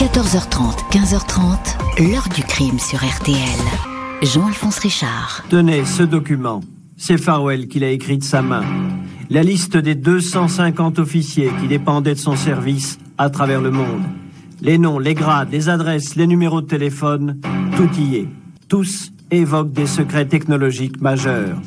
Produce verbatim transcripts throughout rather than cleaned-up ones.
quatorze heures trente, quinze heures trente, l'heure du crime sur R T L. Jean-Alphonse Richard. Tenez, ce document. C'est Farwell qui l'a écrit de sa main. La liste des deux cent cinquante officiers qui dépendaient de son service à travers le monde. Les noms, les grades, les adresses, les numéros de téléphone, tout y est. Tous évoquent des secrets technologiques majeurs.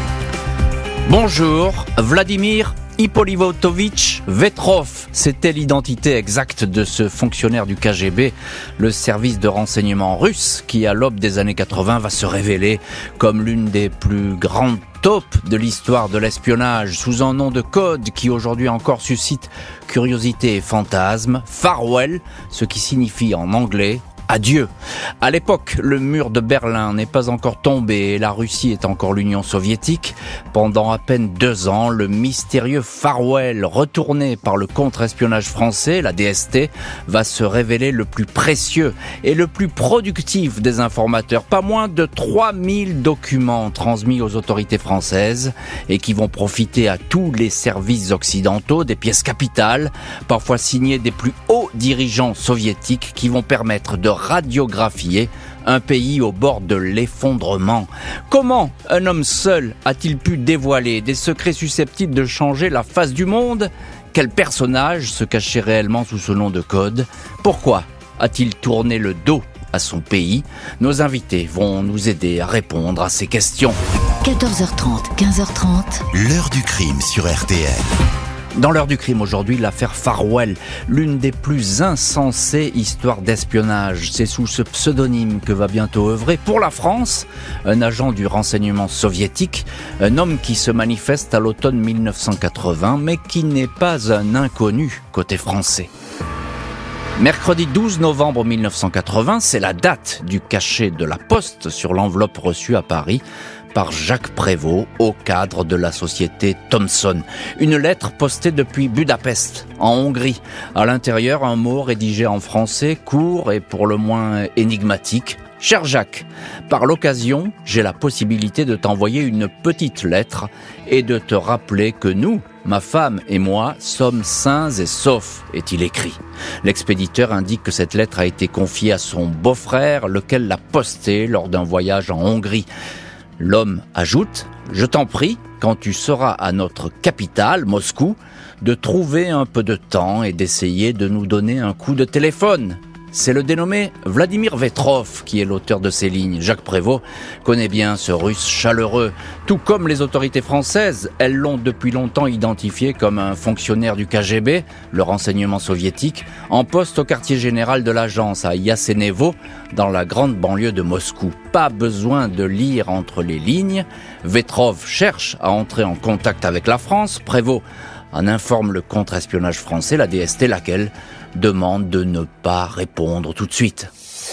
Bonjour, Vladimir Hippolytovitch Vetrov, c'était l'identité exacte de ce fonctionnaire du K G B, le service de renseignement russe, qui à l'aube des années quatre-vingts va se révéler comme l'une des plus grandes taupes de l'histoire de l'espionnage, sous un nom de code qui aujourd'hui encore suscite curiosité et fantasme, Farwell, ce qui signifie en anglais adieu. À l'époque, le mur de Berlin n'est pas encore tombé et la Russie est encore l'Union soviétique. Pendant à peine deux ans, le mystérieux Farwell, retourné par le contre-espionnage français, la D S T, va se révéler le plus précieux et le plus productif des informateurs. Pas moins de trois mille documents transmis aux autorités françaises et qui vont profiter à tous les services occidentaux, des pièces capitales, parfois signées des plus hauts dirigeants soviétiques, qui vont permettre de radiographier un pays au bord de l'effondrement. Comment un homme seul a-t-il pu dévoiler des secrets susceptibles de changer la face du monde ? Quel personnage se cachait réellement sous ce nom de code ? Pourquoi a-t-il tourné le dos à son pays ? Nos invités vont nous aider à répondre à ces questions. quatorze heures trente, quinze heures trente. L'heure du crime sur R T L. Dans l'heure du crime aujourd'hui, l'affaire Farwell, l'une des plus insensées histoires d'espionnage. C'est sous ce pseudonyme que va bientôt œuvrer pour la France un agent du renseignement soviétique, un homme qui se manifeste à l'automne mille neuf cent quatre-vingts, mais qui n'est pas un inconnu côté français. Mercredi douze novembre mille neuf cent quatre-vingts, c'est la date du cachet de la Poste sur l'enveloppe reçue à Paris par Jacques Prévost, au cadre de la société Thomson. Une lettre postée depuis Budapest, en Hongrie. À l'intérieur, un mot rédigé en français, court et pour le moins énigmatique. « Cher Jacques, par l'occasion, j'ai la possibilité de t'envoyer une petite lettre et de te rappeler que nous, ma femme et moi, sommes sains et saufs, est-il écrit. » L'expéditeur indique que cette lettre a été confiée à son beau-frère, lequel l'a postée lors d'un voyage en Hongrie. L'homme ajoute « Je t'en prie, quand tu seras à notre capitale, Moscou, de trouver un peu de temps et d'essayer de nous donner un coup de téléphone. » C'est le dénommé Vladimir Vetrov qui est l'auteur de ces lignes. Jacques Prévost connaît bien ce russe chaleureux. Tout comme les autorités françaises, elles l'ont depuis longtemps identifié comme un fonctionnaire du K G B, le renseignement soviétique, en poste au quartier général de l'agence à Yasenevo, dans la grande banlieue de Moscou. Pas besoin de lire entre les lignes. Vetrov cherche à entrer en contact avec la France. Prévost en informe le contre-espionnage français, la D S T, laquelle demande de ne pas répondre tout de suite.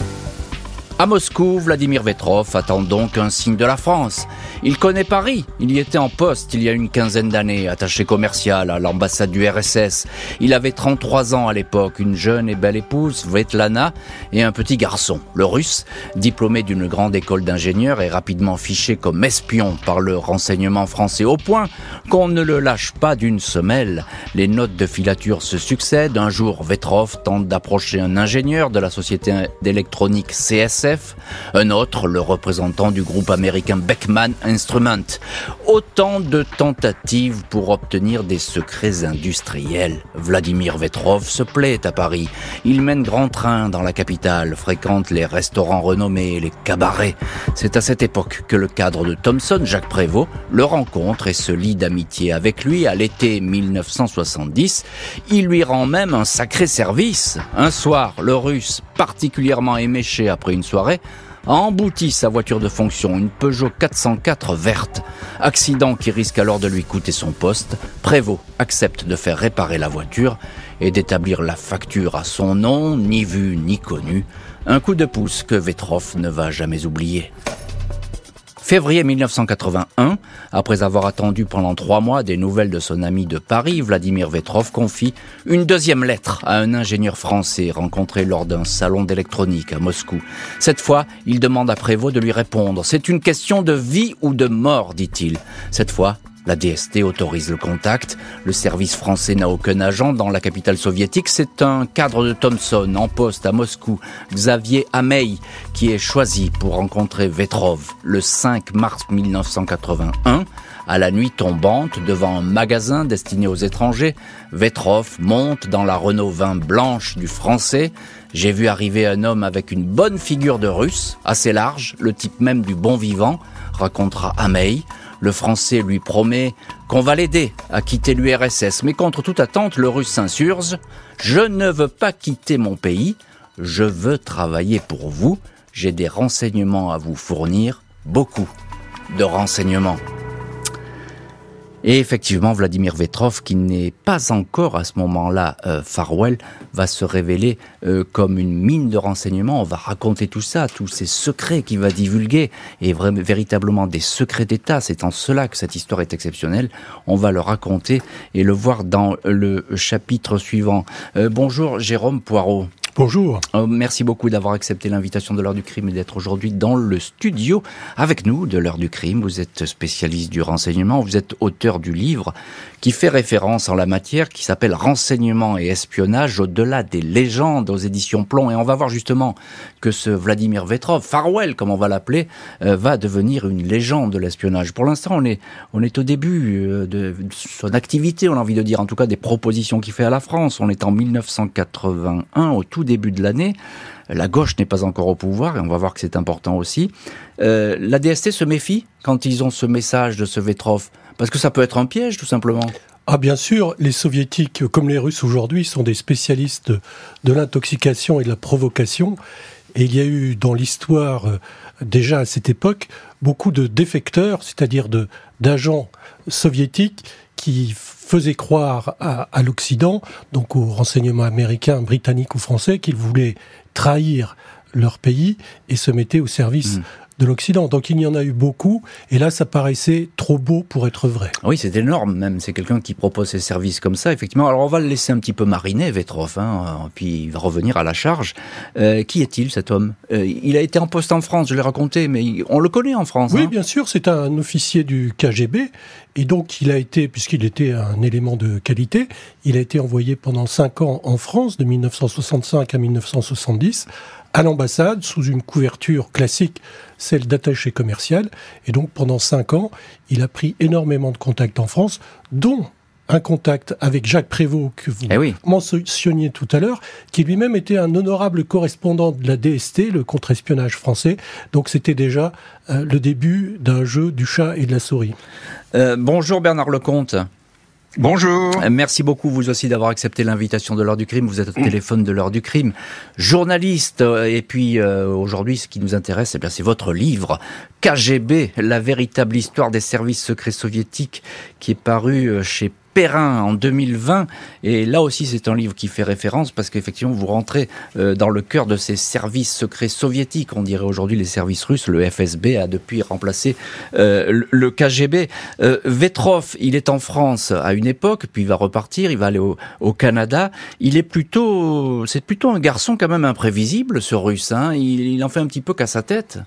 À Moscou, Vladimir Vetrov attend donc un signe de la France. Il connaît Paris. Il y était en poste il y a une quinzaine d'années, attaché commercial à l'ambassade du R S S. Il avait trente-trois ans à l'époque, une jeune et belle épouse, Svetlana, et un petit garçon. Le russe, diplômé d'une grande école d'ingénieurs, est rapidement fiché comme espion par le renseignement français, au point qu'on ne le lâche pas d'une semelle. Les notes de filature se succèdent. Un jour, Vetrov tente d'approcher un ingénieur de la société d'électronique C S F, un autre, le représentant du groupe américain Beckman Instrument. Autant de tentatives pour obtenir des secrets industriels. Vladimir Vetrov se plaît à Paris. Il mène grand train dans la capitale, fréquente les restaurants renommés, les cabarets. C'est à cette époque que le cadre de Thomson, Jacques Prévost, le rencontre et se lie d'amitié avec lui à l'été mille neuf cent soixante-dix. Il lui rend même un sacré service. Un soir, le russe, particulièrement éméché après une soirée, a embouti sa voiture de fonction, une Peugeot quatre cent quatre verte. Accident qui risque alors de lui coûter son poste. Prévost accepte de faire réparer la voiture et d'établir la facture à son nom, ni vu ni connu. Un coup de pouce que Vetrov ne va jamais oublier. Février mille neuf cent quatre-vingt-un, après avoir attendu pendant trois mois des nouvelles de son ami de Paris, Vladimir Vetrov confie une deuxième lettre à un ingénieur français rencontré lors d'un salon d'électronique à Moscou. Cette fois, il demande à Prévost de lui répondre. C'est une question de vie ou de mort, dit-il. Cette fois, La D S T autorise le contact. Le service français n'a aucun agent dans la capitale soviétique. C'est un cadre de Thomson en poste à Moscou, Xavier Hamei, qui est choisi pour rencontrer Vetrov le cinq mars mille neuf cent quatre-vingt-un. À la nuit tombante, devant un magasin destiné aux étrangers, Vetrov monte dans la Renault vingt blanche du Français. J'ai vu arriver un homme avec une bonne figure de Russe, assez large, le type même du bon vivant, racontera Hamei. Le Français lui promet qu'on va l'aider à quitter l'U R S S. Mais contre toute attente, le Russe s'insurge. « Je ne veux pas quitter mon pays. Je veux travailler pour vous. J'ai des renseignements à vous fournir. Beaucoup de renseignements. » Et effectivement, Vladimir Vetrov, qui n'est pas encore à ce moment-là euh, Farwell, va se révéler euh, comme une mine de renseignements. On va raconter tout ça, tous ces secrets qu'il va divulguer, et vraiment, véritablement des secrets d'État. C'est en cela que cette histoire est exceptionnelle. On va le raconter et le voir dans le chapitre suivant. Euh, bonjour Jérôme Poirot. Bonjour. Euh, merci beaucoup d'avoir accepté l'invitation de l'heure du crime et d'être aujourd'hui dans le studio avec nous de l'heure du crime. Vous êtes spécialiste du renseignement, vous êtes auteur du livre qui fait référence en la matière, qui s'appelle Renseignement et espionnage au-delà des légendes, aux éditions Plomb. Et on va voir justement que ce Vladimir Vetrov, Farwell comme on va l'appeler, euh, va devenir une légende de l'espionnage. Pour l'instant, on est, on est au début euh, de son activité, on a envie de dire, en tout cas des propositions qu'il fait à la France. On est en mille neuf cent quatre-vingt-un, au tout début de l'année. La gauche n'est pas encore au pouvoir, et on va voir que c'est important aussi. Euh, la D S T se méfie quand ils ont ce message de ce Vetrov, parce que ça peut être un piège, tout simplement. Ah bien sûr, les soviétiques, comme les Russes aujourd'hui, sont des spécialistes de l'intoxication et de la provocation. Et il y a eu dans l'histoire, euh, déjà à cette époque, beaucoup de défecteurs, c'est-à-dire de, d'agents soviétiques qui faisaient croire à, à l'Occident, donc aux renseignements américains, britanniques ou français, qu'ils voulaient trahir leur pays et se mettaient au service mmh. de l'Occident. Donc il y en a eu beaucoup, et là ça paraissait trop beau pour être vrai. Oui, c'est énorme même, c'est quelqu'un qui propose ses services comme ça, effectivement. Alors on va le laisser un petit peu mariner, Vetrov, hein, puis il va revenir à la charge. Euh, qui est-il cet homme ? euh, Il a été en poste en France, je l'ai raconté, mais on le connaît en France. Oui, hein. bien sûr, c'est un officier du K G B, et donc il a été, puisqu'il était un élément de qualité, il a été envoyé pendant cinq ans en France, de mille neuf cent soixante-cinq à mille neuf cent soixante-dix, à l'ambassade, sous une couverture classique, celle d'attaché commercial. Et donc, pendant cinq ans, il a pris énormément de contacts en France, dont un contact avec Jacques Prévost, que vous eh oui. mentionniez tout à l'heure, qui lui-même était un honorable correspondant de la D S T, le contre-espionnage français. Donc, c'était déjà euh, le début d'un jeu du chat et de la souris. Euh, bonjour Bernard Lecomte. Bonjour. Merci beaucoup, vous aussi, d'avoir accepté l'invitation de l'heure du crime. Vous êtes au téléphone de l'heure du crime, journaliste. Et puis, euh, aujourd'hui, ce qui nous intéresse, eh bien, c'est votre livre, K G B, la véritable histoire des services secrets soviétiques, qui est paru chez Perrin en deux mille vingt, et là aussi c'est un livre qui fait référence parce qu'effectivement vous rentrez euh, dans le cœur de ces services secrets soviétiques, on dirait aujourd'hui les services russes. Le F S B a depuis remplacé euh, le, le K G B. euh, Vetrov, il est en France à une époque, puis il va repartir, il va aller au, au Canada. Il est plutôt, c'est plutôt un garçon quand même imprévisible, ce Russe, hein. il, il en fait un petit peu qu'à sa tête.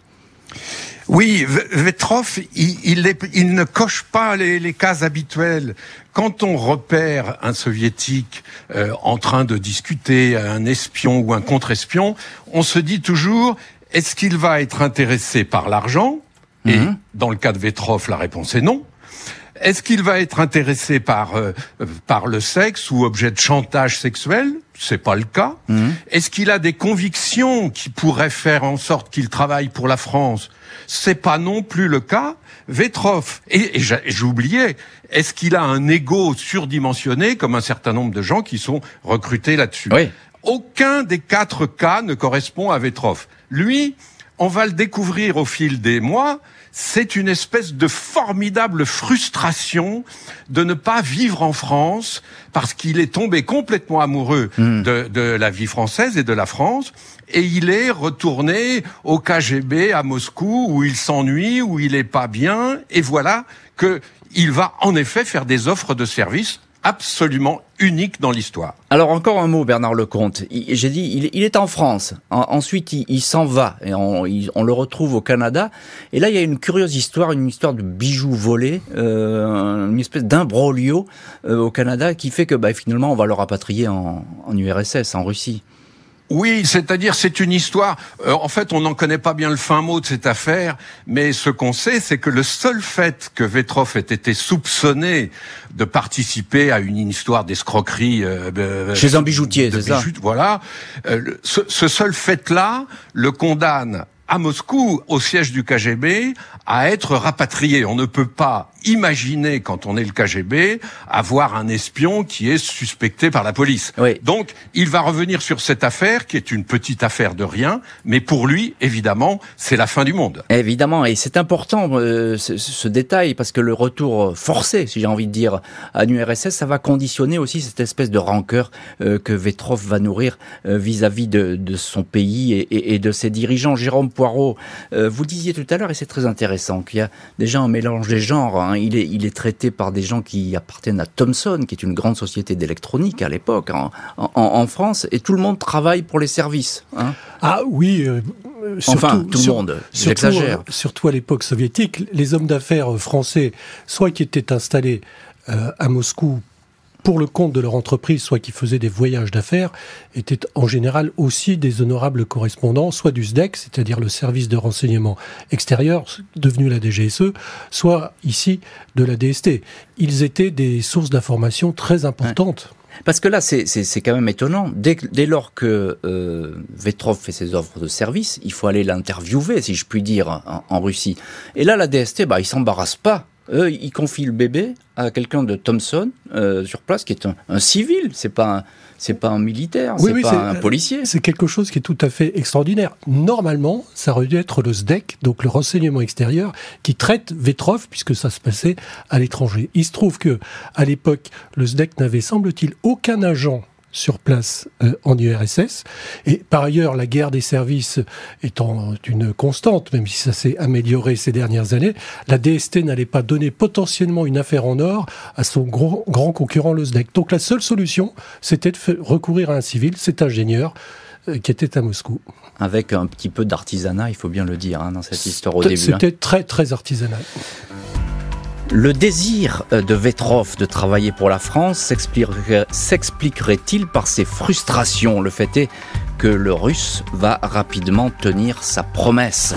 Oui, Vetrov, il, il, est, il ne coche pas les, les cases habituelles. Quand on repère un soviétique euh, en train de discuter, un espion ou un contre-espion, on se dit toujours, est-ce qu'il va être intéressé par l'argent ? Et mmh. dans le cas de Vetrov, la réponse est non. Est-ce qu'il va être intéressé par euh, par le sexe ou objet de chantage sexuel ? C'est pas le cas. Mmh. Est-ce qu'il a des convictions qui pourraient faire en sorte qu'il travaille pour la France ? C'est pas non plus le cas. Vetrov, et, et j'ai oublié, est-ce qu'il a un ego surdimensionné comme un certain nombre de gens qui sont recrutés là-dessus ? Oui. Aucun des quatre cas ne correspond à Vetrov. Lui, on va le découvrir au fil des mois. C'est une espèce de formidable frustration de ne pas vivre en France parce qu'il est tombé complètement amoureux mmh. de, de la vie française et de la France, et il est retourné au K G B à Moscou où il s'ennuie, où il est pas bien, et voilà que il va en effet faire des offres de services à absolument unique dans l'histoire. Alors encore un mot, Bernard Lecomte. Il, j'ai dit, il, il est en France. En, ensuite, il, il s'en va et on, il, on le retrouve au Canada. Et là, il y a une curieuse histoire, une histoire de bijoux volés, euh, une espèce d'imbroglio euh, au Canada qui fait que bah, finalement, on va le rapatrier en, en U R S S, en Russie. Oui, c'est-à-dire c'est une histoire, euh, en fait on n'en connaît pas bien le fin mot de cette affaire, mais ce qu'on sait c'est que le seul fait que Vetrov ait été soupçonné de participer à une histoire d'escroquerie... Euh, Chez un bijoutier, c'est bijout, ça Voilà, euh, ce, ce seul fait-là le condamne à Moscou, au siège du K G B, à être rapatrié. On ne peut pas imaginer, quand on est le K G B, avoir un espion qui est suspecté par la police. Oui. Donc, il va revenir sur cette affaire, qui est une petite affaire de rien, mais pour lui, évidemment, c'est la fin du monde. Évidemment, et c'est important euh, ce, ce détail, parce que le retour forcé, si j'ai envie de dire, à l'U R S S, ça va conditionner aussi cette espèce de rancœur euh, que Vetrov va nourrir euh, vis-à-vis de, de son pays et, et, et de ses dirigeants. Jérôme Poirot, euh, vous disiez tout à l'heure, et c'est très intéressant, qu'il y a déjà un mélange des genres. Hein. Il est, il est traité par des gens qui appartiennent à Thomson, qui est une grande société d'électronique à l'époque, en, en, en France, et tout le monde travaille pour les services. Hein. Ah oui, euh, surtout, enfin, tout le sur, monde, surtout, j'exagère. Euh, surtout à l'époque soviétique, les hommes d'affaires français, soit qui étaient installés euh, à Moscou pour le compte de leur entreprise, soit qui faisaient des voyages d'affaires, étaient en général aussi des honorables correspondants, soit du S D E C, c'est-à-dire le service de renseignement extérieur, devenu la D G S E, soit ici de la D S T. Ils étaient des sources d'informations très importantes. Ouais. Parce que là, c'est, c'est, c'est quand même étonnant. Dès, dès lors que euh, Vetrov fait ses offres de service, il faut aller l'interviewer, si je puis dire, en, en Russie. Et là, la D S T, bah, ils s'embarrassent pas. Eux, ils confient le bébé à quelqu'un de Thomson euh, sur place, qui est un, un civil. C'est pas un, c'est pas un militaire, oui, c'est oui, pas c'est, un policier. C'est quelque chose qui est tout à fait extraordinaire. Normalement, ça aurait dû être le S D E C, donc le renseignement extérieur, qui traite Vetrov, puisque ça se passait à l'étranger. Il se trouve que, à l'époque, le S D E C n'avait, semble-t-il, aucun agent sur place euh, en U R S S. Et par ailleurs, la guerre des services étant une constante, même si ça s'est amélioré ces dernières années, la D S T n'allait pas donner potentiellement une affaire en or à son gros, grand concurrent, le S D E C. Donc la seule solution, c'était de f- recourir à un civil, cet ingénieur, euh, qui était à Moscou. Avec un petit peu d'artisanat, il faut bien le dire, hein, dans cette histoire au début. C'était hein. très, très artisanal. Le désir de Vetrov de travailler pour la France s'expliquerait, s'expliquerait-il par ses frustrations ? Le fait est que le Russe va rapidement tenir sa promesse.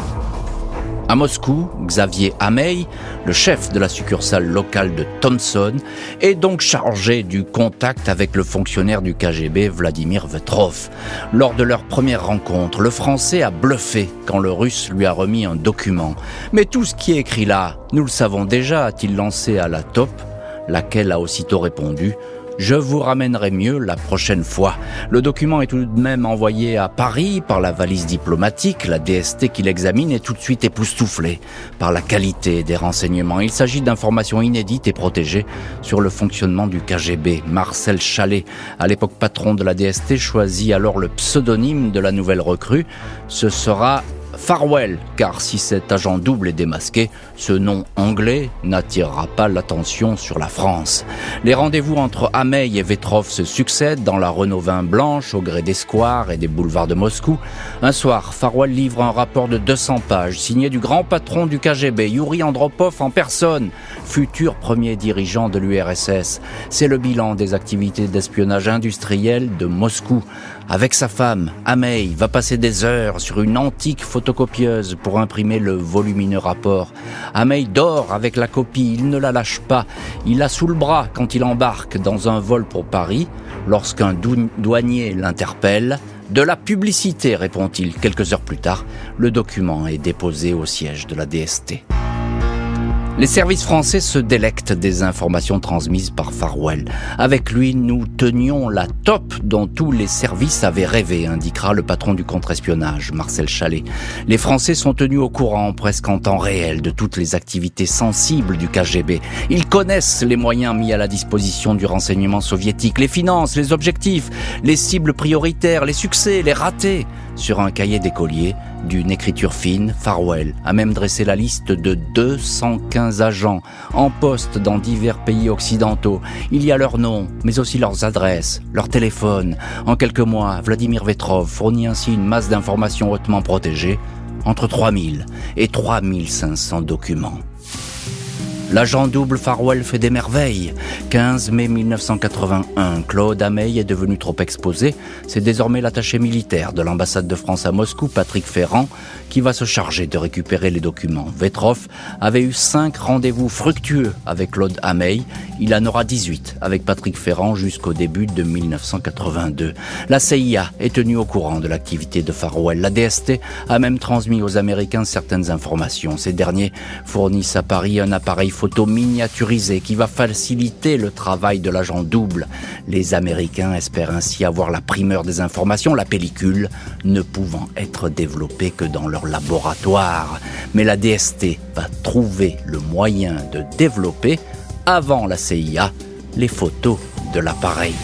À Moscou, Xavier Hamey, le chef de la succursale locale de Thomson, est donc chargé du contact avec le fonctionnaire du K G B, Vladimir Vetrov. Lors de leur première rencontre, le Français a bluffé quand le Russe lui a remis un document. Mais tout ce qui est écrit là, nous le savons déjà, a-t-il lancé à la taupe, laquelle a aussitôt répondu « Je vous ramènerai mieux la prochaine fois ». Le document est tout de même envoyé à Paris par la valise diplomatique. La D S T qui l'examine est tout de suite époustouflée par la qualité des renseignements. Il s'agit d'informations inédites et protégées sur le fonctionnement du K G B. Marcel Chalais, à l'époque patron de la D S T, choisit alors le pseudonyme de la nouvelle recrue. Ce sera Farwell, car si cet agent double est démasqué, ce nom anglais n'attirera pas l'attention sur la France. Les rendez-vous entre Hamey et Vetrov se succèdent dans la Renault vin blanche au gré des squares et des boulevards de Moscou. Un soir, Farwell livre un rapport de deux cents pages signé du grand patron du K G B, Yuri Andropov en personne, futur premier dirigeant de l'U R S S. C'est le bilan des activités d'espionnage industriel de Moscou. Avec sa femme, Hamey va passer des heures sur une antique photocopieuse pour imprimer le volumineux rapport. Hamey dort avec la copie, il ne la lâche pas. Il l'a sous le bras quand il embarque dans un vol pour Paris. Lorsqu'un dou- douanier l'interpelle, « De la publicité », répond-il. Quelques heures plus tard, le document est déposé au siège de la D S T. Les services français se délectent des informations transmises par Farwell. Avec lui, nous tenions la taupe dont tous les services avaient rêvé, indiquera le patron du contre-espionnage, Marcel Chalais. Les Français sont tenus au courant, presque en temps réel, de toutes les activités sensibles du K G B. Ils connaissent les moyens mis à la disposition du renseignement soviétique, les finances, les objectifs, les cibles prioritaires, les succès, les ratés. Sur un cahier d'écolier, D'une écriture fine, Farwell a même dressé la liste de deux cent quinze agents en poste dans divers pays occidentaux. Il y a leurs noms, mais aussi leurs adresses, leurs téléphones. En quelques mois, Vladimir Vetrov fournit ainsi une masse d'informations hautement protégée, entre trois mille et trois mille cinq cents documents. L'agent double Farwell fait des merveilles. quinze mai mille neuf cent quatre-vingt-un, Claude Hameil est devenu trop exposé. C'est désormais l'attaché militaire de l'ambassade de France à Moscou, Patrick Ferrand, qui va se charger de récupérer les documents. Vetrov avait eu cinq rendez-vous fructueux avec Claude Hameil. Il en aura dix-huit avec Patrick Ferrand jusqu'au début de mille neuf cent quatre-vingt-deux. La C I A est tenue au courant de l'activité de Farwell. La D S T a même transmis aux Américains certaines informations. Ces derniers fournissent à Paris un appareil photo miniaturisé qui va faciliter le travail de l'agent double. Les Américains espèrent ainsi avoir la primeur des informations, la pellicule ne pouvant être développée que dans leur laboratoire. Mais la D S T va trouver le moyen de développer, avant la C I A, les photos de l'appareil.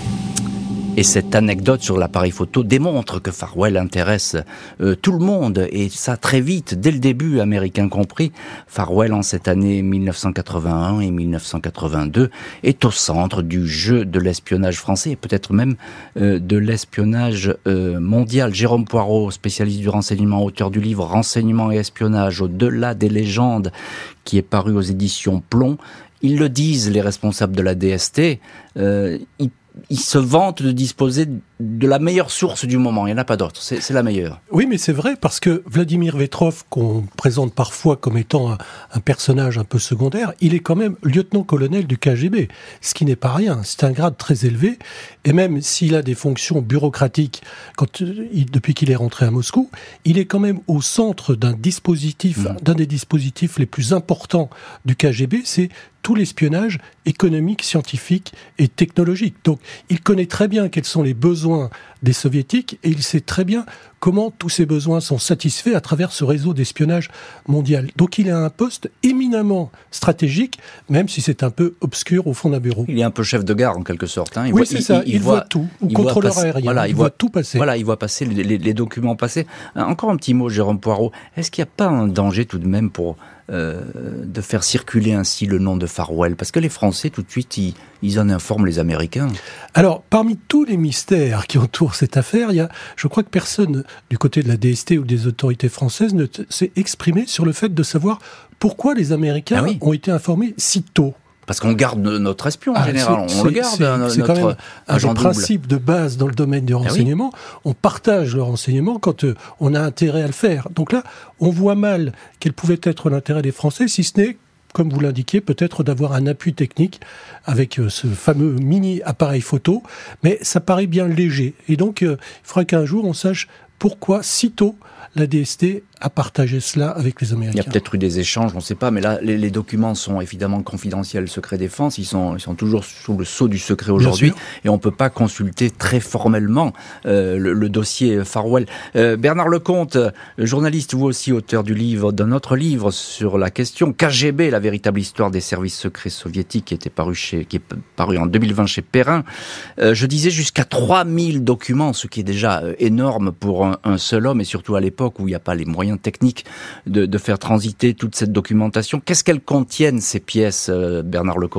Et cette anecdote sur l'appareil photo démontre que Farwell intéresse euh, tout le monde, et ça très vite, dès le début, Américains compris. Farwell, en cette année mille neuf cent quatre-vingt-un et mille neuf cent quatre-vingt-deux, est au centre du jeu de l'espionnage français, et peut-être même euh, de l'espionnage euh, mondial. Jérôme Poirot, spécialiste du renseignement, auteur du livre « Renseignement et espionnage, au-delà des légendes », qui est paru aux éditions Plomb. Ils le disent, les responsables de la D S T, euh, ils Ils se vantent de disposer de la meilleure source du moment. Il n'y en a pas d'autre. C'est, c'est la meilleure. Oui, mais c'est vrai, parce que Vladimir Vetrov, qu'on présente parfois comme étant un, un personnage un peu secondaire, il est quand même lieutenant-colonel du K G B, ce qui n'est pas rien. C'est un grade très élevé, et même s'il a des fonctions bureaucratiques quand, il, depuis qu'il est rentré à Moscou, il est quand même au centre d'un dispositif, mmh. d'un des dispositifs les plus importants du K G B, c'est tout l'espionnage économique, scientifique et technologique. Donc, il connaît très bien quels sont les besoins des soviétiques et il sait très bien comment tous ces besoins sont satisfaits à travers ce réseau d'espionnage mondial. Donc, il a un poste éminemment stratégique, même si c'est un peu obscur au fond d'un bureau. Il est un peu chef de gare, en quelque sorte. Hein. Il oui, voit, c'est il, ça. Il, il, il voit, voit tout. Ou contrôleur passer, aérien. Voilà, il, il voit voit tout passer. Voilà, il voit passer les, les, les documents passer. Encore un petit mot, Jérôme Poirot. Est-ce qu'il n'y a pas un danger tout de même pour... Euh, de faire circuler ainsi le nom de Farwell, parce que les Français tout de suite ils, ils en informent les Américains. Alors parmi tous les mystères qui entourent cette affaire, il y a, je crois que personne du côté de la D S T ou des autorités françaises ne t- s'est exprimé sur le fait de savoir pourquoi les Américains ah oui. ont été informés si tôt. Parce qu'on garde notre espion en ah, général, c'est, on le garde. C'est, un, c'est quand même un des principes de base dans le domaine du renseignement. Ah oui. On partage le renseignement quand euh, on a intérêt à le faire. Donc là, on voit mal quel pouvait être l'intérêt des Français, si ce n'est, comme vous l'indiquiez, peut-être d'avoir un appui technique avec euh, ce fameux mini appareil photo. Mais ça paraît bien léger. Et donc, euh, il faudra qu'un jour on sache pourquoi si tôt la D S T a partagé cela avec les Américains. Il y a peut-être eu des échanges, on ne sait pas, mais là, les, les documents sont évidemment confidentiels, secret défense, ils sont, ils sont toujours sous le sceau du secret aujourd'hui, et on ne peut pas consulter très formellement euh, le, le dossier Farwell. Euh, Bernard Lecomte, journaliste, vous aussi auteur du livre, d'un autre livre sur la question K G B, la véritable histoire des services secrets soviétiques, qui était paru chez, qui est paru en deux mille vingt chez Perrin. Euh, je disais jusqu'à trois mille documents, ce qui est déjà énorme pour un, un seul homme, et surtout à l'époque où il n'y a pas les moyens techniques de, de faire transiter toute cette documentation. Qu'est-ce qu'elles contiennent, ces pièces, euh, Bernard Lecomte ?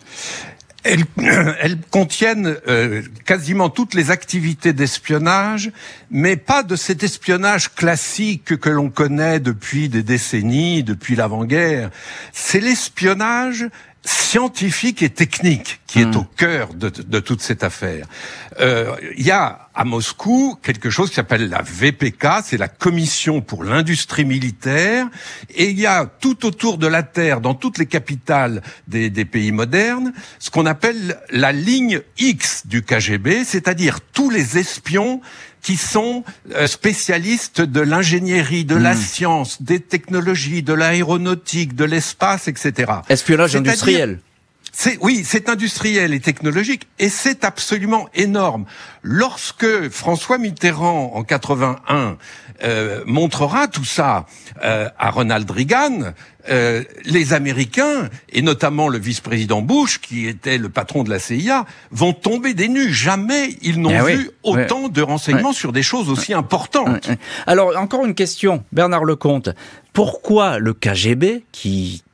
Elles, elles contiennent euh, quasiment toutes les activités d'espionnage, mais pas de cet espionnage classique que l'on connaît depuis des décennies, depuis l'avant-guerre. C'est l'espionnage scientifique et technique qui mmh. est au cœur de, de toute cette affaire. Euh, il y a à Moscou quelque chose qui s'appelle la V P K, c'est la Commission pour l'industrie militaire, et il y a tout autour de la Terre, dans toutes les capitales des, des pays modernes, ce qu'on appelle la ligne X du K G B, c'est-à-dire tous les espions qui sont spécialistes de l'ingénierie, de mmh. la science, des technologies, de l'aéronautique, de l'espace, et cetera. Espionnage industriel. C'est, oui, c'est industriel et technologique, et c'est absolument énorme. Lorsque François Mitterrand, en quatre-vingt-un, euh, montrera tout ça euh, à Ronald Reagan, euh, les Américains, et notamment le vice-président Bush, qui était le patron de la C I A, vont tomber des nues. Jamais ils n'ont eh vu oui, autant oui. de renseignements oui. sur des choses aussi importantes. Oui. Alors, encore une question, Bernard Lecomte. Pourquoi le K G B, qui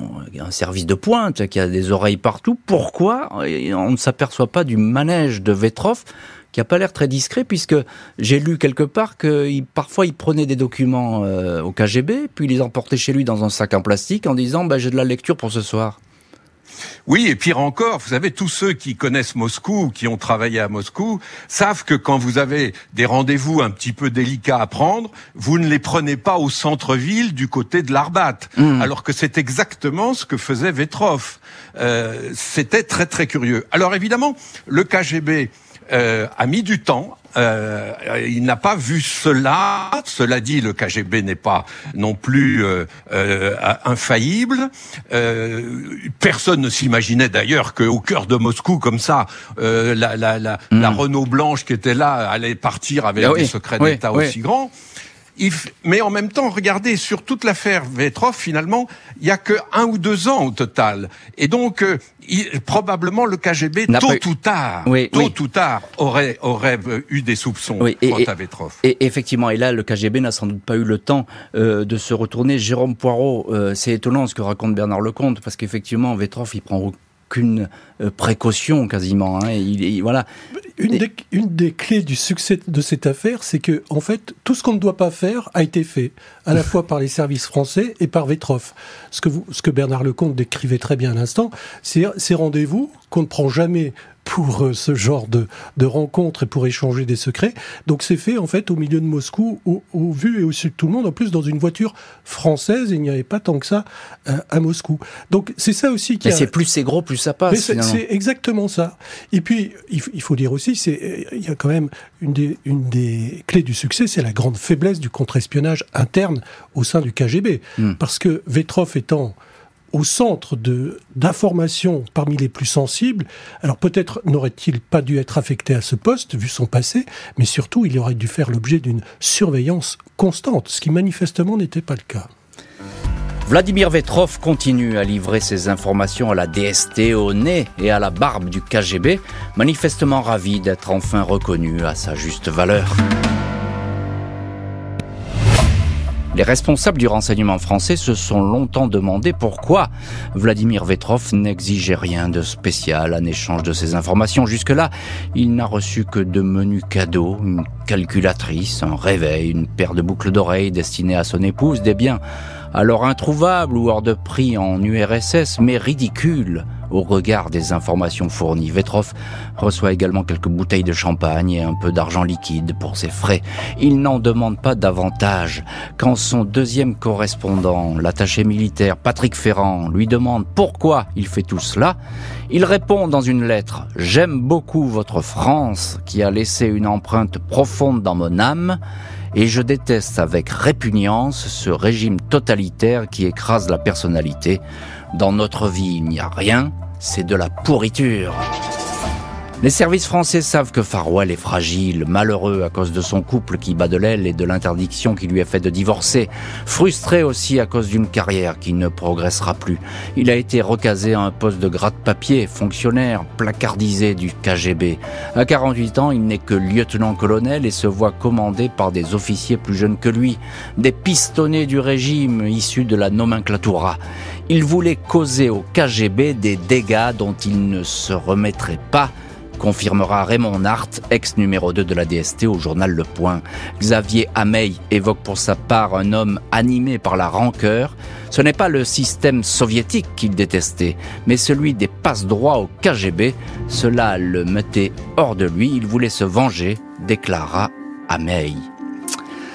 un service de pointe, qui a des oreilles partout, pourquoi on ne s'aperçoit pas du manège de Vetrov, qui a pas l'air très discret, puisque j'ai lu quelque part que il, parfois il prenait des documents euh, au K G B, puis il les emportait chez lui dans un sac en plastique en disant bah, « j'ai de la lecture pour ce soir ». Oui, et pire encore, vous savez, tous ceux qui connaissent Moscou, qui ont travaillé à Moscou, savent que quand vous avez des rendez-vous un petit peu délicats à prendre, vous ne les prenez pas au centre-ville du côté de l'Arbat, mmh. alors que c'est exactement ce que faisait Vetrov. Euh, c'était très très curieux. Alors évidemment, le K G B euh, a mis du temps. Euh, il n'a pas vu cela. Cela dit, le K G B n'est pas non plus euh, euh, infaillible. Euh, personne ne s'imaginait d'ailleurs qu'au cœur de Moscou, comme ça, euh, la, la, la, mmh. la Renault blanche qui était là allait partir avec ah, des oui, secrets oui, d'État oui. aussi grands. Il f... Mais en même temps, regardez, sur toute l'affaire Vetrov, finalement, il n'y a que un ou deux ans au total. Et donc, euh, il... probablement, le K G B, N'a tôt ou tard, oui, tôt oui. ou tard, aurait, aurait eu des soupçons oui, et, quant et, à Vetrov. Et effectivement, et là, le K G B n'a sans doute pas eu le temps euh, de se retourner. Jérôme Poirot, euh, c'est étonnant ce que raconte Bernard Lecomte, parce qu'effectivement, Vetrov, il prend aucune euh, précaution quasiment. Hein, il, il, voilà. Une des, une des clés du succès de cette affaire, c'est que, en fait, tout ce qu'on ne doit pas faire a été fait, à la fois par les services français et par Vetrov. Ce que, vous, ce que Bernard Lecomte décrivait très bien à l'instant, c'est ces rendez-vous qu'on ne prend jamais pour euh, ce genre de, de rencontres et pour échanger des secrets. Donc c'est fait en fait au milieu de Moscou, au, au vu et au su de tout le monde, en plus dans une voiture française, il n'y avait pas tant que ça euh, à Moscou. Donc c'est ça aussi qui. Mais a... c'est plus c'est gros, plus ça passe. C'est, c'est exactement ça. Et puis il, il faut dire aussi, c'est il y a quand même une des, une des clés du succès, c'est la grande faiblesse du contre-espionnage interne au sein du K G B, hmm. parce que Vetrov étant au centre de, d'informations parmi les plus sensibles. Alors peut-être n'aurait-il pas dû être affecté à ce poste, vu son passé, mais surtout il aurait dû faire l'objet d'une surveillance constante, ce qui manifestement n'était pas le cas. Vladimir Vetrov continue à livrer ses informations à la D S T, au nez et à la barbe du K G B, manifestement ravi d'être enfin reconnu à sa juste valeur. Les responsables du renseignement français se sont longtemps demandé pourquoi Vladimir Vetrov n'exigeait rien de spécial en échange de ces informations. Jusque-là, il n'a reçu que de menus cadeaux, une calculatrice, un réveil, une paire de boucles d'oreilles destinées à son épouse, des biens alors introuvables ou hors de prix en U R S S, mais ridicules au regard des informations fournies. Vetrov reçoit également quelques bouteilles de champagne et un peu d'argent liquide pour ses frais. Il n'en demande pas davantage. Quand son deuxième correspondant, l'attaché militaire Patrick Ferrand, lui demande pourquoi il fait tout cela, il répond dans une lettre « J'aime beaucoup votre France qui a laissé une empreinte profonde dans mon âme et je déteste avec répugnance ce régime totalitaire qui écrase la personnalité. Dans notre vie, il n'y a rien, c'est de la pourriture. » Les services français savent que Farwell est fragile, malheureux à cause de son couple qui bat de l'aile et de l'interdiction qui lui est faite de divorcer, frustré aussi à cause d'une carrière qui ne progressera plus. Il a été recasé à un poste de gratte-papier, fonctionnaire, placardisé du K G B. À quarante-huit ans, il n'est que lieutenant-colonel et se voit commandé par des officiers plus jeunes que lui, des pistonnés du régime issus de la nomenclatura. Il voulait causer au K G B des dégâts dont il ne se remettrait pas, confirmera Raymond Nart, ex-numéro deux de la D S T au journal Le Point. Xavier Hamey évoque pour sa part un homme animé par la rancœur. Ce n'est pas le système soviétique qu'il détestait, mais celui des passe-droits au K G B. Cela le mettait hors de lui, il voulait se venger, déclara Hamey.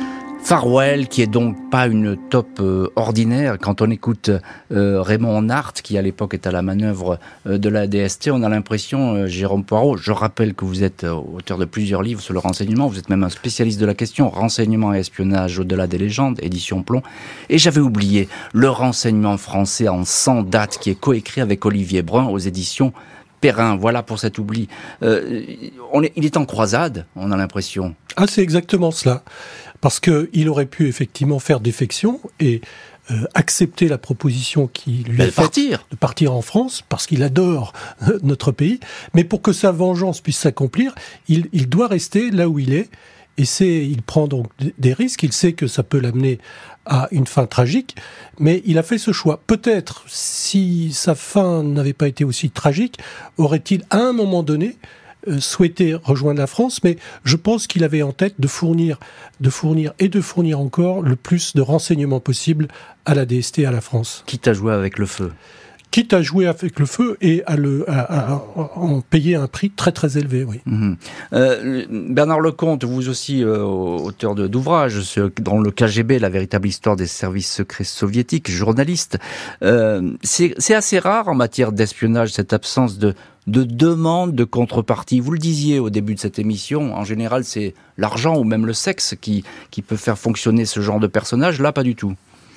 Farwell, qui est donc pas une taupe euh, ordinaire. Quand on écoute euh, Raymond Nart, qui à l'époque est à la manœuvre euh, de la D S T, on a l'impression, euh, Jérôme Poirot, je rappelle que vous êtes euh, auteur de plusieurs livres sur le renseignement, vous êtes même un spécialiste de la question, renseignement et espionnage au-delà des légendes, édition Plomb. Et j'avais oublié le renseignement français en cent dates, qui est coécrit avec Olivier Brun aux éditions Perrin. Voilà pour cet oubli. Euh, on est, il est en croisade, on a l'impression. Ah, c'est exactement cela. Parce qu'il aurait pu effectivement faire défection et euh, accepter la proposition qui lui Mais est faite partir. de partir en France, parce qu'il adore euh, notre pays. Mais pour que sa vengeance puisse s'accomplir, il, il doit rester là où il est. Et c'est, il prend donc des risques. Il sait que ça peut l'amener à une fin tragique, mais il a fait ce choix. Peut-être, si sa fin n'avait pas été aussi tragique, aurait-il à un moment donné euh, souhaité rejoindre la France, mais je pense qu'il avait en tête de fournir, de fournir et de fournir encore le plus de renseignements possible à la D S T, à la France. Quitte à jouer avec le feu. Quitte à jouer avec le feu et à, le, à, à, à en payer un prix très très élevé, oui. Mmh. Euh, Bernard Lecomte, vous aussi euh, auteur de, d'ouvrages dans le K G B, la véritable histoire des services secrets soviétiques, journaliste. Euh, c'est, c'est assez rare en matière d'espionnage, cette absence de, de demande de contrepartie. Vous le disiez au début de cette émission, en général c'est l'argent ou même le sexe qui, qui peut faire fonctionner ce genre de personnage. Là, pas du tout.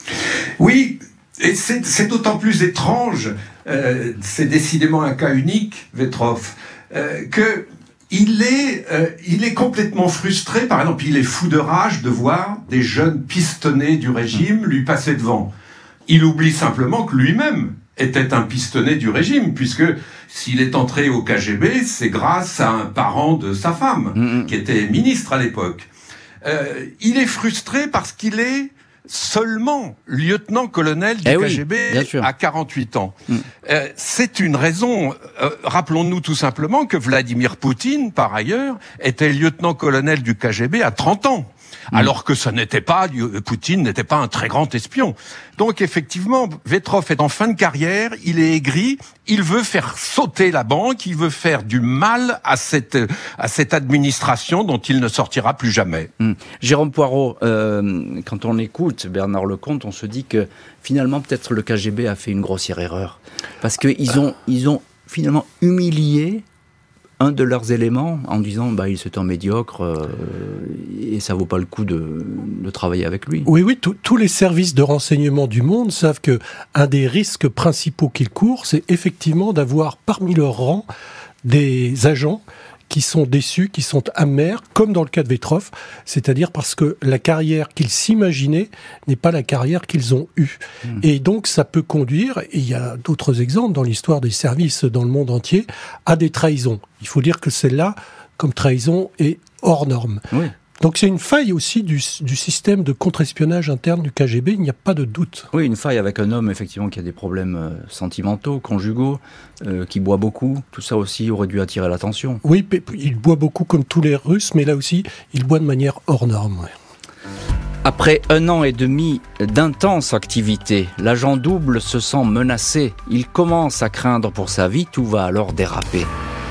Oui. Et c'est, c'est d'autant plus étrange, euh, c'est décidément un cas unique, Vetrov, euh, que il est, euh, il est complètement frustré. Par exemple, il est fou de rage de voir des jeunes pistonnés du régime lui passer devant. Il oublie simplement que lui-même était un pistonné du régime, puisque s'il est entré au K G B, c'est grâce à un parent de sa femme, mmh. qui était ministre à l'époque. Euh, il est frustré parce qu'il est seulement lieutenant-colonel du eh K G B oui, à quarante-huit ans. Mm. Euh, c'est une raison, euh, rappelons-nous tout simplement que Vladimir Poutine, par ailleurs, était lieutenant-colonel du K G B à trente ans. Mmh. Alors que ce n'était pas, Poutine n'était pas un très grand espion. Donc effectivement, Vetrov est en fin de carrière, il est aigri, il veut faire sauter la banque, il veut faire du mal à cette, à cette administration dont il ne sortira plus jamais. Mmh. Jérôme Poirot, euh, quand on écoute Bernard Lecomte, on se dit que finalement peut-être le K G B a fait une grossière erreur. Parce qu'ils ont, ils ont finalement humilié un de leurs éléments en disant bah il c'est un médiocre euh, et ça vaut pas le coup de, de travailler avec lui. Oui, oui, tous les services de renseignement du monde savent que un des risques principaux qu'ils courent, c'est effectivement d'avoir parmi leurs rangs des agents qui sont déçus, qui sont amers, comme dans le cas de Vetrov, c'est-à-dire parce que la carrière qu'ils s'imaginaient n'est pas la carrière qu'ils ont eue. Mmh. Et donc ça peut conduire, et il y a d'autres exemples dans l'histoire des services dans le monde entier, à des trahisons. Il faut dire que celle-là, comme trahison, est hors norme. Oui. Donc c'est une faille aussi du, du système de contre-espionnage interne du K G B, il n'y a pas de doute. Oui, une faille avec un homme effectivement qui a des problèmes euh, sentimentaux, conjugaux, euh, qui boit beaucoup, tout ça aussi aurait dû attirer l'attention. Oui, il boit beaucoup comme tous les Russes, mais là aussi, il boit de manière hors norme. Ouais. Après un an et demi d'intense activité, l'agent double se sent menacé. Il commence à craindre pour sa vie, tout va alors déraper.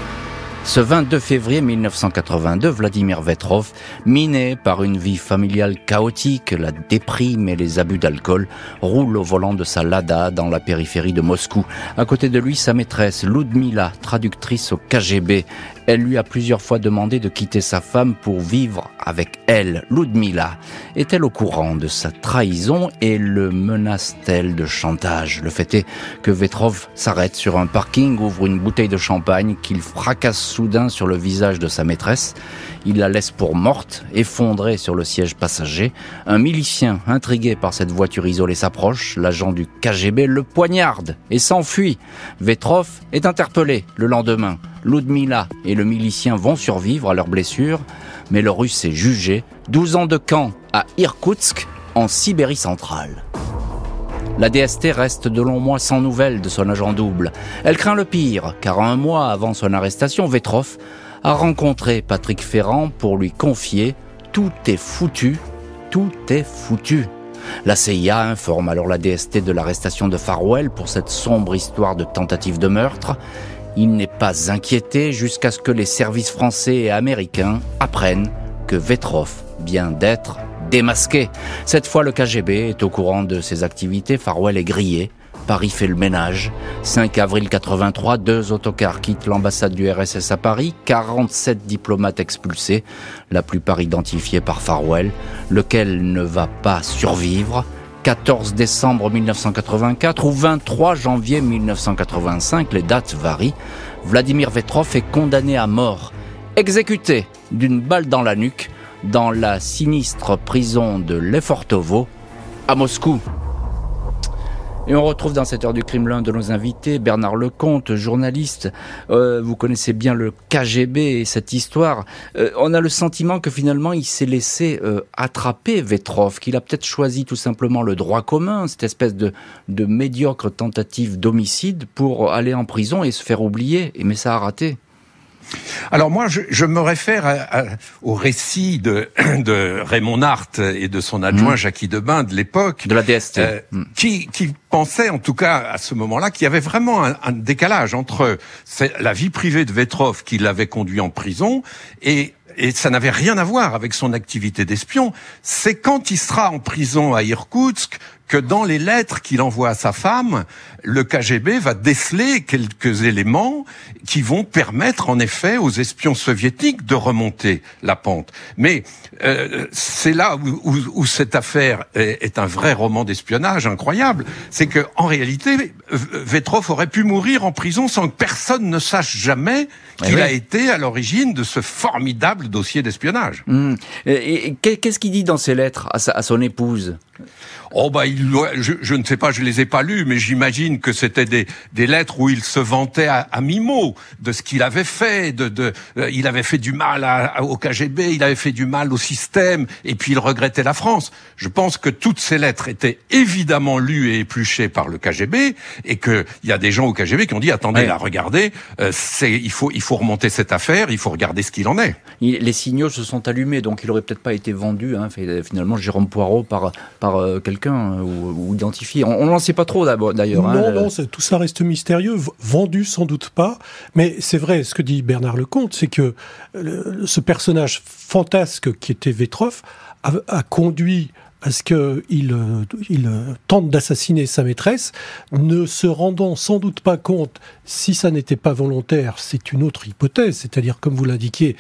Ce vingt-deux février mille neuf cent quatre-vingt-deux, Vladimir Vetrov, miné par une vie familiale chaotique, la déprime et les abus d'alcool, roule au volant de sa Lada dans la périphérie de Moscou. À côté de lui, sa maîtresse, Ludmila, traductrice au K G B. Elle lui a plusieurs fois demandé de quitter sa femme pour vivre avec elle. Ludmila est-elle au courant de sa trahison et le menace-t-elle de chantage? Le fait est que Vetrov s'arrête sur un parking, ouvre une bouteille de champagne qu'il fracasse soudain sur le visage de sa maîtresse. Il la laisse pour morte, effondrée sur le siège passager. Un milicien, intrigué par cette voiture isolée, s'approche. L'agent du K G B le poignarde et s'enfuit. Vetrov est interpellé le lendemain. Ludmila et le milicien vont survivre à leurs blessures, mais le Russe est jugé. douze ans de camp à Irkoutsk, en Sibérie centrale. La D S T reste de longs mois sans nouvelles de son agent double. Elle craint le pire, car un mois avant son arrestation, Vetrov a rencontré Patrick Ferrand pour lui confier « Tout est foutu, tout est foutu ». La C I A informe alors la D S T de l'arrestation de Farwell pour cette sombre histoire de tentative de meurtre. Il n'est pas inquiété jusqu'à ce que les services français et américains apprennent que Vetrov vient d'être démasqué. Cette fois, le K G B est au courant de ses activités. Farwell est grillé. Paris fait le ménage. cinq avril quatre-vingt-trois, deux autocars quittent l'ambassade du R S S à Paris. quarante-sept diplomates expulsés, la plupart identifiés par Farwell, lequel ne va pas survivre. quatorze décembre mille neuf cent quatre-vingt-quatre ou vingt-trois janvier mille neuf cent quatre-vingt-cinq, les dates varient. Vladimir Vetrov est condamné à mort, exécuté d'une balle dans la nuque dans la sinistre prison de Lefortovo à Moscou. Et on retrouve dans cette heure du crime l'un de nos invités, Bernard Lecomte, journaliste. Euh, vous connaissez bien le K G B et cette histoire. Euh, on a le sentiment que finalement il s'est laissé euh, attraper, Vetrov, qu'il a peut-être choisi tout simplement le droit commun, cette espèce de, de médiocre tentative d'homicide pour aller en prison et se faire oublier. Mais ça a raté. Alors moi, je, je me réfère à, à, au récit de, de Raymond Nart et de son adjoint mmh. Jackie Debain de l'époque, de la D S T, euh, mmh. qui, qui pensait, en tout cas à ce moment-là, qu'il y avait vraiment un, un décalage entre la vie privée de Vetrov qui l'avait conduit en prison et et ça n'avait rien à voir avec son activité d'espion. C'est quand il sera en prison à Irkoutsk que dans les lettres qu'il envoie à sa femme, le K G B va déceler quelques éléments qui vont permettre en effet aux espions soviétiques de remonter la pente. Mais euh, c'est là où, où, où cette affaire est, est un vrai roman d'espionnage incroyable. C'est que en réalité, Vetrov aurait pu mourir en prison sans que personne ne sache jamais qu'il oui. a été à l'origine de ce formidable dossier d'espionnage. Mmh. Et, et qu'est-ce qu'il dit dans ses lettres à, sa, à son épouse ? Oh bah il, je, je ne sais pas, je les ai pas lues, mais j'imagine que c'était des, des lettres où il se vantait à, à mi-mot de ce qu'il avait fait. De, de, euh, il avait fait du mal à, à, au K G B, il avait fait du mal au système, et puis il regrettait la France. Je pense que toutes ces lettres étaient évidemment lues et épluchées par le K G B, et que il y a des gens au K G B qui ont dit attendez, ouais. là, regardez, euh, c'est, il faut, il faut remonter cette affaire, il faut regarder ce qu'il en est. Il, les signaux se sont allumés, donc il aurait peut-être pas été vendu, hein, finalement, Jérôme Poirot par par euh, quelqu'un. Ou, ou identifié. On n'en sait pas trop d'ailleurs. Non, hein, non, tout ça reste mystérieux. Vendu sans doute pas. Mais c'est vrai, ce que dit Bernard Lecomte, c'est que euh, ce personnage fantasque qui était Vetrov a, a conduit à ce qu'il euh, il, euh, tente d'assassiner sa maîtresse, ne se rendant sans doute pas compte, si ça n'était pas volontaire, c'est une autre hypothèse, c'est-à-dire, comme vous l'indiquiez,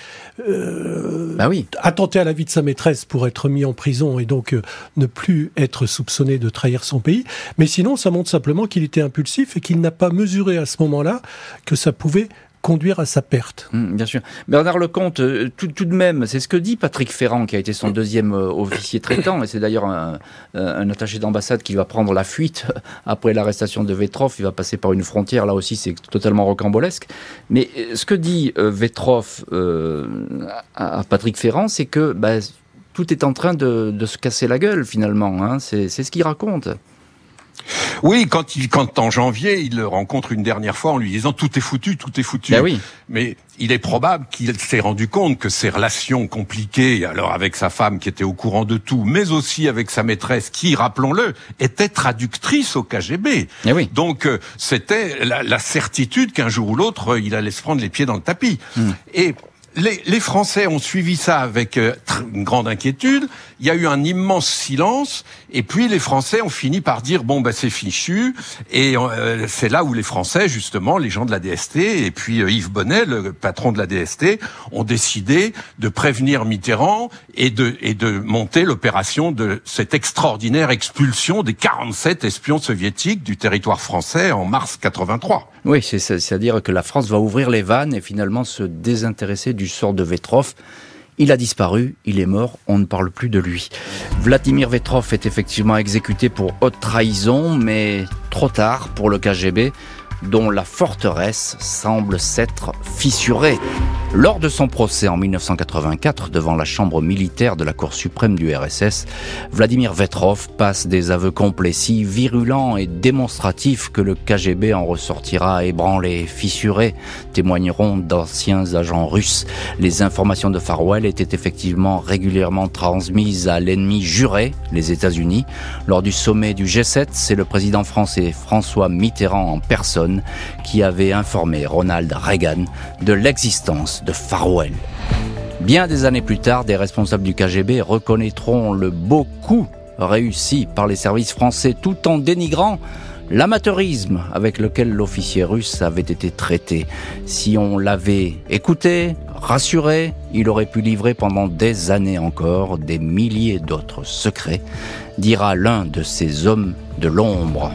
euh, bah oui. attenter à la vie de sa maîtresse pour être mis en prison et donc euh, ne plus être soupçonné de trahir son pays. Mais sinon, ça montre simplement qu'il était impulsif et qu'il n'a pas mesuré à ce moment-là que ça pouvait conduire à sa perte. Mmh, bien sûr. Bernard Lecomte, euh, tout, tout de même, c'est ce que dit Patrick Ferrand, qui a été son deuxième euh, officier traitant, et c'est d'ailleurs un, un attaché d'ambassade qui va prendre la fuite après l'arrestation de Vetrov. Il va passer par une frontière, là aussi c'est totalement rocambolesque. Mais euh, ce que dit euh, Vetrov euh, à, à Patrick Ferrand, c'est que bah, tout est en train de, de se casser la gueule, finalement. Hein. C'est, c'est ce qu'il raconte. Oui, quand il, quand en janvier, il le rencontre une dernière fois en lui disant tout est foutu, tout est foutu. Ben oui. Mais il est probable qu'il s'est rendu compte que ses relations compliquées, alors avec sa femme qui était au courant de tout, mais aussi avec sa maîtresse qui, rappelons-le, était traductrice au K G B. Ben oui. Donc euh, c'était la, la certitude qu'un jour ou l'autre, il allait se prendre les pieds dans le tapis. Mmh. Et Les, les Français ont suivi ça avec euh, une grande inquiétude. Il y a eu un immense silence, et puis les Français ont fini par dire bon ben c'est fichu. Et euh, c'est là où les Français, justement, les gens de la D S T et puis euh, Yves Bonnet, le patron de la D S T, ont décidé de prévenir Mitterrand et de et de monter l'opération de cette extraordinaire expulsion des quarante-sept espions soviétiques du territoire français en mars quatre-vingt-trois. Oui, c'est, c'est-à-dire que la France va ouvrir les vannes et finalement se désintéresser du sort de Vetrov. Il a disparu, il est mort, on ne parle plus de lui. Vladimir Vetrov est effectivement exécuté pour haute trahison, mais trop tard pour le K G B, dont la forteresse semble s'être fissurée. Lors de son procès en dix-neuf cent quatre-vingt-quatre, devant la chambre militaire de la Cour suprême du R S S, Vladimir Vetrov passe des aveux complets si virulents et démonstratifs que le K G B en ressortira ébranlé, fissuré, témoigneront d'anciens agents russes. Les informations de Farwell étaient effectivement régulièrement transmises à l'ennemi juré, les États-Unis. Lors du sommet du G sept, c'est le président français François Mitterrand en personne qui avait informé Ronald Reagan de l'existence de Farwell. Bien des années plus tard, des responsables du K G B reconnaîtront le beau coup réussi par les services français tout en dénigrant l'amateurisme avec lequel l'officier russe avait été traité. Si on l'avait écouté, rassuré, il aurait pu livrer pendant des années encore des milliers d'autres secrets, dira l'un de ces hommes de l'ombre.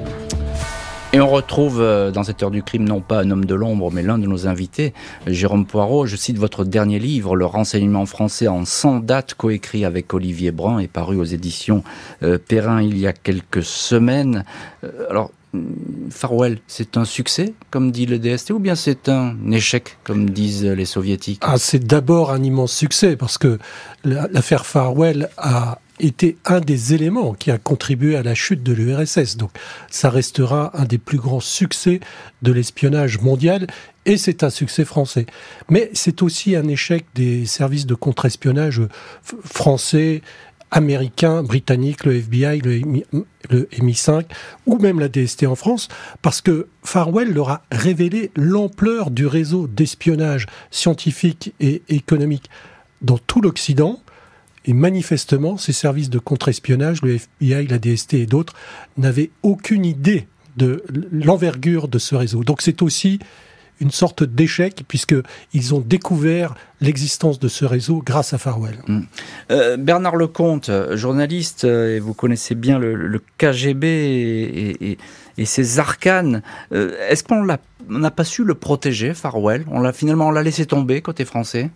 Et on retrouve dans cette heure du crime non pas un homme de l'ombre, mais l'un de nos invités, Jérôme Poirot. Je cite votre dernier livre, Le renseignement français en cent dates, coécrit avec Olivier Brun et paru aux éditions euh, Perrin il y a quelques semaines. Euh, alors, Farwell, c'est un succès, comme dit le D S T, ou bien c'est un échec, comme disent les soviétiques? Ah, c'est d'abord un immense succès, parce que l'affaire Farwell a été un des éléments qui a contribué à la chute de l'U R S S. Donc ça restera un des plus grands succès de l'espionnage mondial, et c'est un succès français. Mais c'est aussi un échec des services de contre-espionnage français, américains, britanniques, le F B I, le M I, le M I cinq, ou même la D S T en France, parce que Farwell leur a révélé l'ampleur du réseau d'espionnage scientifique et économique dans tout l'Occident. Et manifestement, ces services de contre-espionnage, le F B I, la D S T et d'autres, n'avaient aucune idée de l'envergure de ce réseau. Donc c'est aussi une sorte d'échec, puisqu'ils ont découvert l'existence de ce réseau grâce à Farwell. Mmh. Euh, Bernard Lecomte, journaliste, et vous connaissez bien le, le K G B et, et, et ses arcanes. Euh, est-ce qu'on n'a pas su le protéger, Farwell? On l'a finalement on l'a laissé tomber côté français?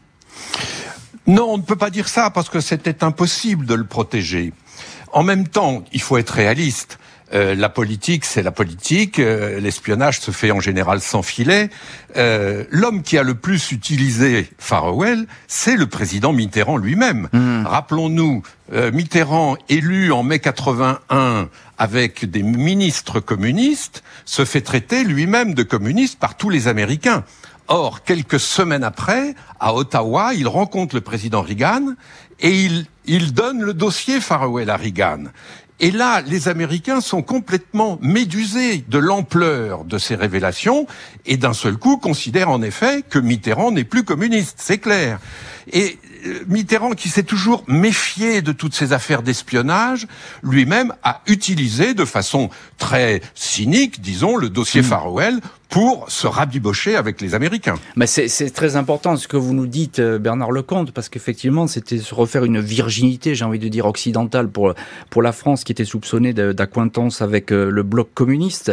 Non, on ne peut pas dire ça, parce que c'était impossible de le protéger. En même temps, il faut être réaliste. Euh, la politique, c'est la politique. Euh, l'espionnage se fait en général sans filet. Euh, l'homme qui a le plus utilisé Farwell, c'est le président Mitterrand lui-même. Mmh. Rappelons-nous, euh, Mitterrand, élu en mai quatre-vingt-un avec des ministres communistes, se fait traiter lui-même de communiste par tous les Américains. Or, quelques semaines après, à Ottawa, il rencontre le président Reagan et il, il donne le dossier Farwell à Reagan. Et là, les Américains sont complètement médusés de l'ampleur de ces révélations et d'un seul coup considèrent en effet que Mitterrand n'est plus communiste, c'est clair. Et Mitterrand, qui s'est toujours méfié de toutes ces affaires d'espionnage, lui-même a utilisé de façon très cynique, disons, le dossier mmh. Farwell pour se rabibocher avec les Américains. Mais c'est, c'est très important ce que vous nous dites, Bernard Lecomte, parce qu'effectivement, c'était se refaire une virginité, j'ai envie de dire, occidentale pour, pour la France, qui était soupçonnée d'accointance avec le bloc communiste.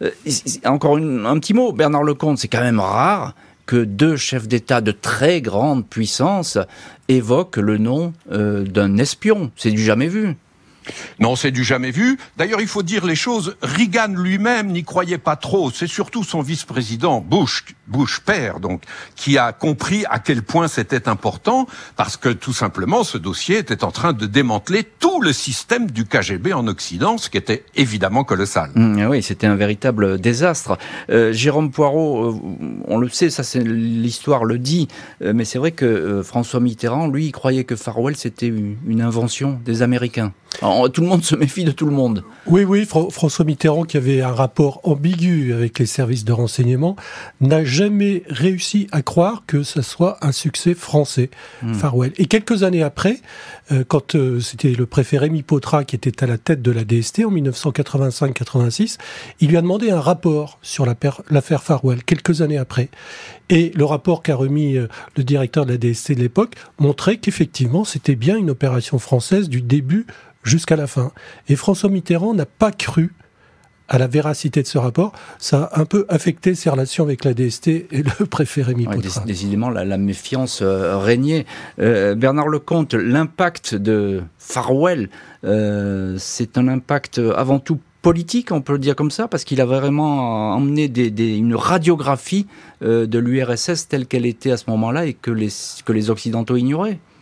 Encore une, un petit mot, Bernard Lecomte, c'est quand même rare que deux chefs d'État de très grande puissance évoquent le nom euh, d'un espion. C'est du jamais vu. Non, c'est du jamais vu. D'ailleurs, il faut dire les choses. Reagan lui-même n'y croyait pas trop. C'est surtout son vice-président, Bush, Bush père, donc, qui a compris à quel point c'était important, parce que tout simplement, ce dossier était en train de démanteler tout le système du K G B en Occident, ce qui était évidemment colossal. Mmh, oui, c'était un véritable désastre. Euh, Jérôme Poirot, euh, on le sait, ça c'est l'histoire le dit, euh, mais c'est vrai que euh, François Mitterrand, lui, il croyait que Farwell c'était une, une invention des Américains. Alors, tout le monde se méfie de tout le monde. Oui, oui, Fr- François Mitterrand, qui avait un rapport ambigu avec les services de renseignement, n'a jamais réussi à croire que ce soit un succès français, mmh. Farwell. Et quelques années après, euh, quand euh, c'était le préfet Rémy Pautrat qui était à la tête de la D S T en dix-neuf cent quatre-vingt-cinq quatre-vingt-six, il lui a demandé un rapport sur la per- l'affaire Farwell, quelques années après. Et le rapport qu'a remis euh, le directeur de la D S T de l'époque montrait qu'effectivement, c'était bien une opération française du début jusqu'à la fin. Et François Mitterrand n'a pas cru à la véracité de ce rapport. Ça a un peu affecté ses relations avec la D S T et le préfet Rémy ouais, Pautrat. Décidément, la, la méfiance euh, régnait. Euh, Bernard Lecomte, l'impact de Farwell, euh, c'est un impact avant tout politique, on peut le dire comme ça, parce qu'il a vraiment emmené des, des, une radiographie euh, de l'U R S S telle qu'elle était à ce moment-là et que les, que les Occidentaux ignoraient.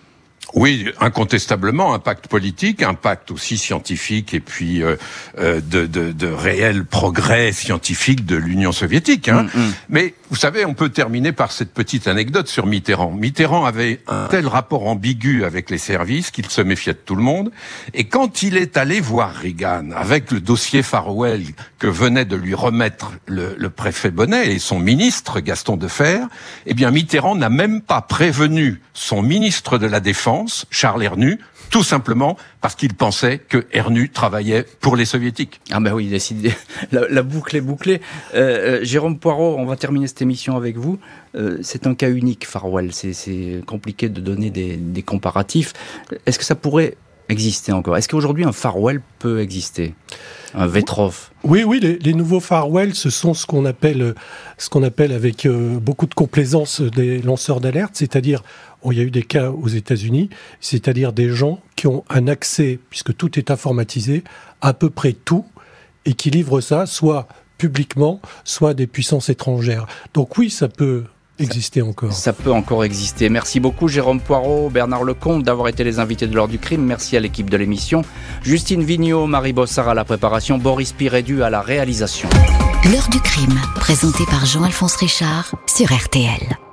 Oui, incontestablement, un pacte politique, un pacte aussi scientifique et puis euh, euh, de, de, de réel progrès scientifique de l'Union soviétique. Hein. Mmh, mmh. Mais vous savez, on peut terminer par cette petite anecdote sur Mitterrand. Mitterrand avait un tel rapport ambigu avec les services qu'il se méfiait de tout le monde. Et quand il est allé voir Reagan avec le dossier Farwell que venait de lui remettre le, le préfet Bonnet et son ministre Gaston Defferre, eh bien Mitterrand n'a même pas prévenu son ministre de la Défense, Charles Hernu, tout simplement parce qu'il pensait que Hernu travaillait pour les soviétiques. Ah ben oui, décidé. La, la boucle est bouclée. Euh, euh, Jérôme Poirot, on va terminer cette émission avec vous. Euh, c'est un cas unique, Farwell. C'est, c'est compliqué de donner des, des comparatifs. Est-ce que ça pourrait exister encore ? Est-ce qu'aujourd'hui un Farwell peut exister ? Un Vetrov ? Oui, oui, les, les nouveaux Farwell, ce sont ce qu'on appelle, ce qu'on appelle avec euh, beaucoup de complaisance des lanceurs d'alerte, c'est-à-dire, oh, il y a eu des cas aux États-Unis, c'est-à-dire des gens qui ont un accès, puisque tout est informatisé, à peu près tout, et qui livrent ça, soit publiquement, soit à des puissances étrangères. Donc oui, ça peut exister encore. Ça peut encore exister. Merci beaucoup Jérôme Poirot, Bernard Lecomte d'avoir été les invités de l'heure du crime. Merci à l'équipe de l'émission. Justine Vigneault, Marie Bossard à la préparation, Boris Pirédu à la réalisation. L'heure du crime, présentée par Jean-Alphonse Richard sur R T L.